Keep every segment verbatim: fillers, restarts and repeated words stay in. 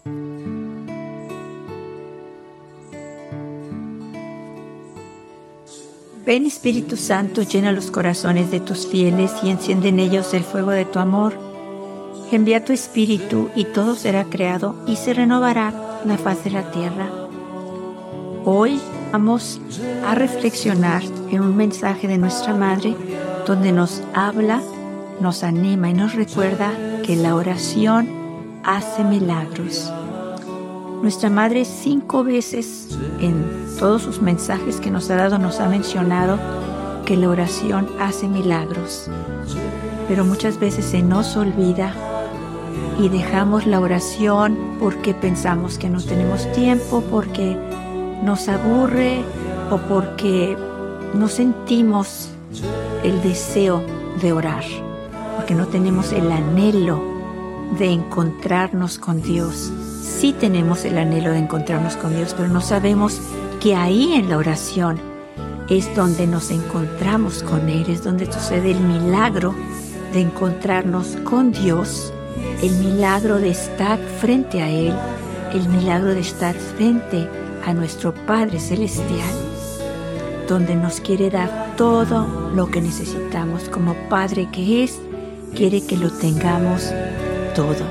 Ven Espíritu Santo, llena los corazones de tus fieles y enciende en ellos el fuego de tu amor. Envía tu Espíritu y todo será creado y se renovará la faz de la tierra. Hoy vamos a reflexionar en un mensaje de nuestra Madre donde nos habla, nos anima y nos recuerda que la oración hace milagros. Nuestra Madre cinco veces en todos sus mensajes que nos ha dado nos ha mencionado que la oración hace milagros. Pero muchas veces se nos olvida y dejamos la oración porque pensamos que no tenemos tiempo, porque nos aburre o porque no sentimos el deseo de orar, porque no tenemos el anhelo de encontrarnos con Dios. Sí tenemos el anhelo de encontrarnos con Dios, pero no sabemos que ahí en la oración es donde nos encontramos con Él, es donde sucede el milagro de encontrarnos con Dios, el milagro de estar frente a Él, el milagro de estar frente a nuestro Padre Celestial, donde nos quiere dar todo lo que necesitamos. Como Padre que es, quiere que lo tengamos todo.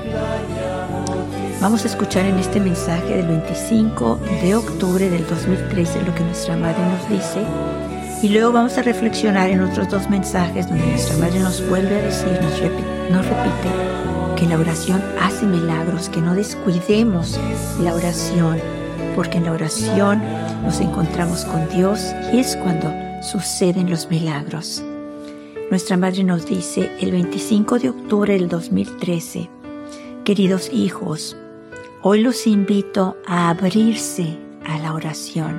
Vamos a escuchar en este mensaje del veinticinco de octubre del dos mil trece lo que nuestra Madre nos dice, y luego vamos a reflexionar en otros dos mensajes donde nuestra Madre nos vuelve a decir, nos repite, nos repite que la oración hace milagros, que no descuidemos la oración, porque en la oración nos encontramos con Dios y es cuando suceden los milagros. Nuestra Madre nos dice el veinticinco de octubre del dos mil trece, queridos hijos, hoy los invito a abrirse a la oración.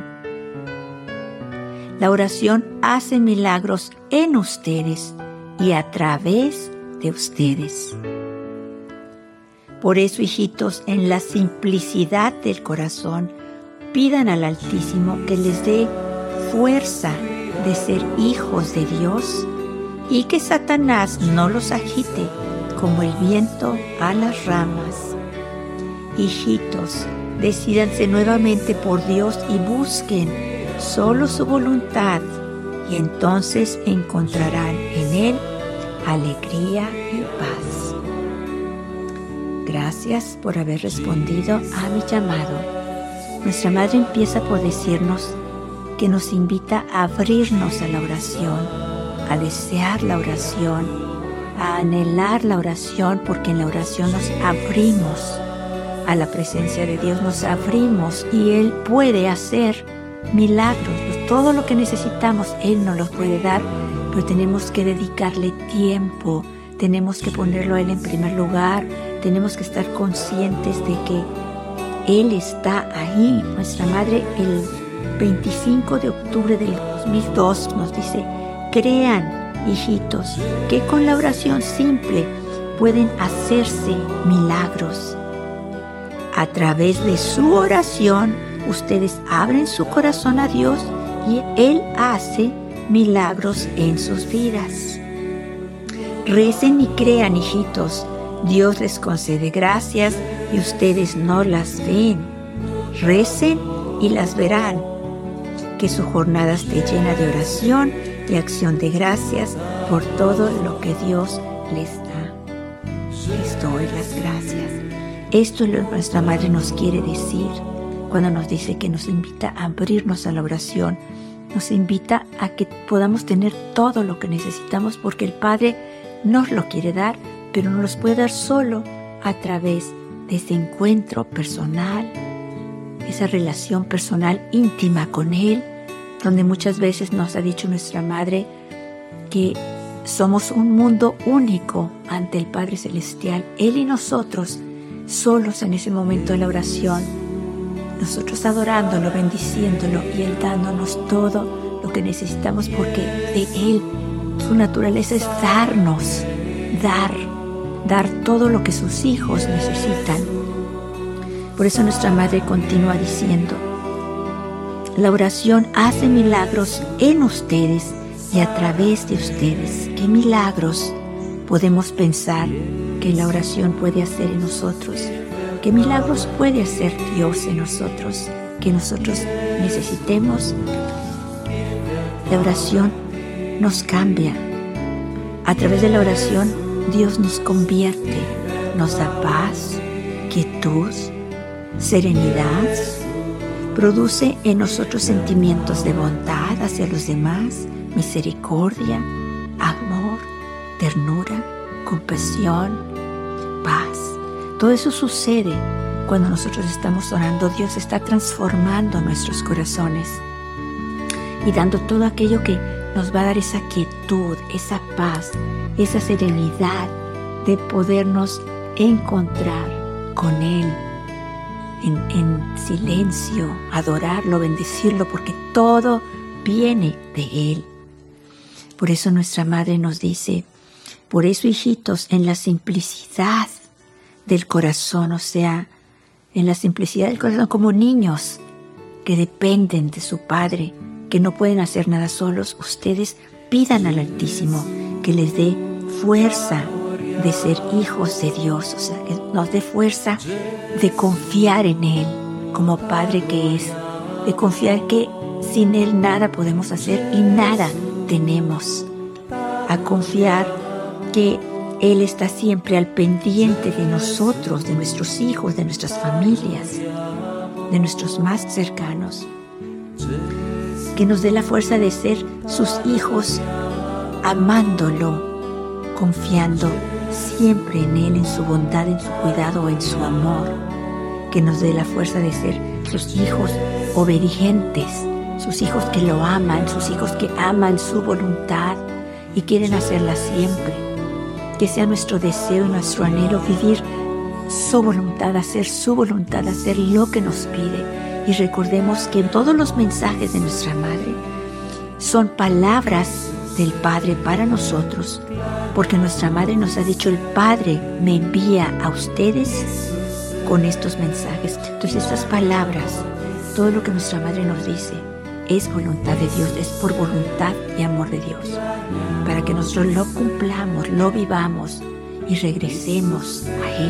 La oración hace milagros en ustedes y a través de ustedes. Por eso, hijitos, en la simplicidad del corazón, pidan al Altísimo que les dé fuerza de ser hijos de Dios y que Satanás no los agite como el viento a las ramas. Hijitos, decídanse nuevamente por Dios y busquen solo su voluntad y entonces encontrarán en Él alegría y paz. Gracias por haber respondido a mi llamado. Nuestra Madre empieza por decirnos que nos invita a abrirnos a la oración, a desear la oración, a anhelar la oración, porque en la oración nos abrimos a la presencia de Dios, nos abrimos y Él puede hacer milagros. Todo lo que necesitamos Él nos lo puede dar, pero tenemos que dedicarle tiempo, tenemos que ponerlo a Él en primer lugar, tenemos que estar conscientes de que Él está ahí. Nuestra Madre el veinticinco de octubre del dos mil dos nos dice, crean, hijitos, que con la oración simple pueden hacerse milagros. A través de su oración, ustedes abren su corazón a Dios y Él hace milagros en sus vidas. Recen y crean, hijitos. Dios les concede gracias y ustedes no las ven. Recen y las verán. Que su jornada esté llena de oración y acción de gracias por todo lo que Dios les da. Les doy las gracias. Esto es lo que nuestra Madre nos quiere decir cuando nos dice que nos invita a abrirnos a la oración. Nos invita a que podamos tener todo lo que necesitamos porque el Padre nos lo quiere dar, pero nos los puede dar solo a través de ese encuentro personal, esa relación personal íntima con Él, donde muchas veces nos ha dicho nuestra Madre que somos un mundo único ante el Padre Celestial. Él y nosotros solos en ese momento de la oración, nosotros adorándolo, bendiciéndolo y Él dándonos todo lo que necesitamos, porque de Él su naturaleza es darnos, dar, dar todo lo que sus hijos necesitan. Por eso nuestra Madre continúa diciendo, la oración hace milagros en ustedes y a través de ustedes. ¿Qué milagros podemos pensar que la oración puede hacer en nosotros? ¿Qué milagros puede hacer Dios en nosotros que nosotros necesitemos? La oración nos cambia. A través de la oración, Dios nos convierte, nos da paz, quietud, serenidad, produce en nosotros sentimientos de bondad hacia los demás, misericordia, amor, ternura, compasión, paz. Todo eso sucede cuando nosotros estamos orando. Dios está transformando nuestros corazones y dando todo aquello que nos va a dar esa quietud, esa paz, esa serenidad de podernos encontrar con Él en, en silencio, adorarlo, bendecirlo, porque todo viene de Él. Por eso nuestra Madre nos dice, por eso, hijitos, en la simplicidad del corazón, o sea, en la simplicidad del corazón, como niños que dependen de su Padre, que no pueden hacer nada solos, ustedes pidan al Altísimo que les dé fuerza de ser hijos de Dios, o sea, que nos dé fuerza de confiar en Él como Padre que es, de confiar que sin Él nada podemos hacer y nada tenemos, a confiar que Él está siempre al pendiente de nosotros, de nuestros hijos, de nuestras familias, de nuestros más cercanos. Que nos dé la fuerza de ser sus hijos, amándolo, confiando siempre en Él, en su bondad, en su cuidado, en su amor. Que nos dé la fuerza de ser sus hijos obedientes, sus hijos que lo aman, sus hijos que aman su voluntad y quieren hacerla siempre. Que sea nuestro deseo y nuestro anhelo vivir su voluntad, hacer su voluntad, hacer lo que nos pide. Y recordemos que todos los mensajes de nuestra Madre son palabras del Padre para nosotros, porque nuestra Madre nos ha dicho, el Padre me envía a ustedes con estos mensajes. Entonces estas palabras, todo lo que nuestra Madre nos dice, es voluntad de Dios, es por voluntad y amor de Dios, para que nosotros lo cumplamos, lo vivamos y regresemos a Él.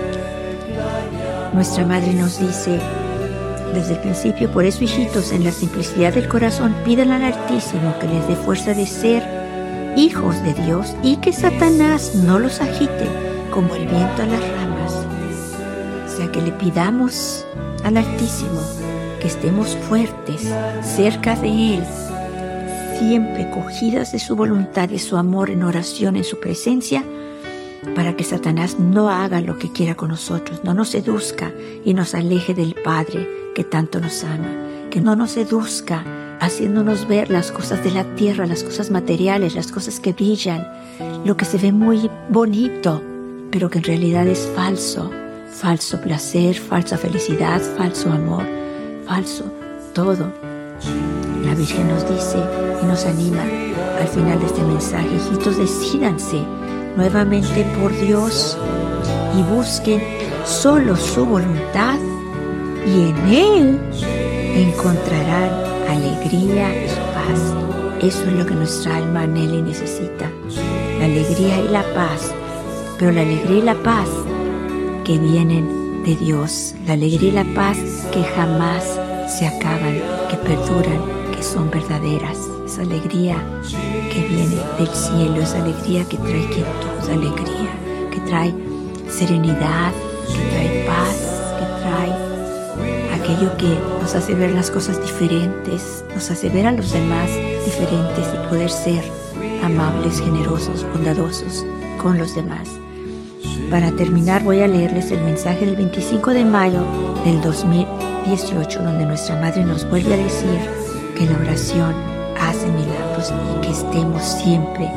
Nuestra Madre nos dice desde el principio, por eso, hijitos, en la simplicidad del corazón, pidan al Altísimo que les dé fuerza de ser hijos de Dios y que Satanás no los agite como el viento a las ramas. O sea, que le pidamos al Altísimo que estemos fuertes, cerca de Él, siempre cogidas de su voluntad, de su amor, en oración, en su presencia, para que Satanás no haga lo que quiera con nosotros, no nos seduzca y nos aleje del Padre que tanto nos ama, que no nos seduzca haciéndonos ver las cosas de la tierra, las cosas materiales, las cosas que brillan, lo que se ve muy bonito, pero que en realidad es falso, falso placer, falsa felicidad, falso amor, falso todo. La Virgen nos dice y nos anima al final de este mensaje, hijitos, decídanse nuevamente por Dios y busquen solo su voluntad y en Él encontrarán alegría y paz. Eso es lo que nuestra alma anhela y necesita, la alegría y la paz, pero la alegría y la paz que vienen de Dios, la alegría y la paz que jamás se acaban, que perduran, que son verdaderas. Esa alegría que viene del cielo, esa alegría que trae quietud, alegría que trae serenidad, que trae paz, que trae aquello que nos hace ver las cosas diferentes, nos hace ver a los demás diferentes y poder ser amables, generosos, bondadosos con los demás. Para terminar, voy a leerles el mensaje del veinticinco de mayo del dos mil dieciocho, donde nuestra Madre nos vuelve a decir que la oración hace milagros y que estemos siempre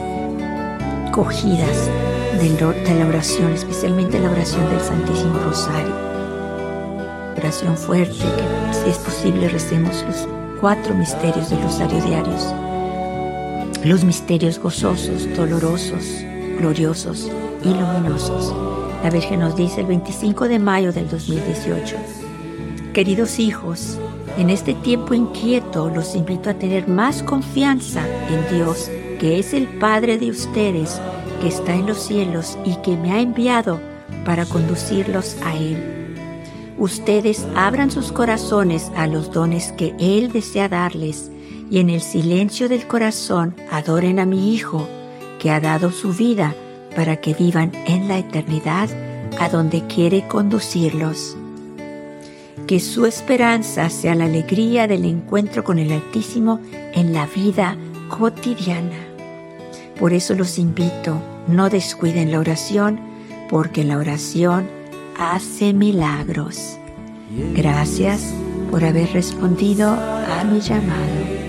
cogidas de la oración, especialmente la oración del Santísimo Rosario. Oración fuerte, que si es posible recemos los cuatro misterios del Rosario diarios, los misterios gozosos, dolorosos, gloriosos y luminosos. La Virgen nos dice el veinticinco de mayo del dos mil dieciocho, queridos hijos, en este tiempo inquieto los invito a tener más confianza en Dios, que es el Padre de ustedes, que está en los cielos y que me ha enviado para conducirlos a Él. ustedes abran sus corazones a los dones que Él desea darles y en el silencio del corazón adoren a mi Hijo, que ha dado su vida para que vivan en la eternidad a donde quiere conducirlos. Que su esperanza sea la alegría del encuentro con el Altísimo en la vida cotidiana. Por eso los invito, no descuiden la oración, porque la oración hace milagros. Gracias por haber respondido a mi llamado.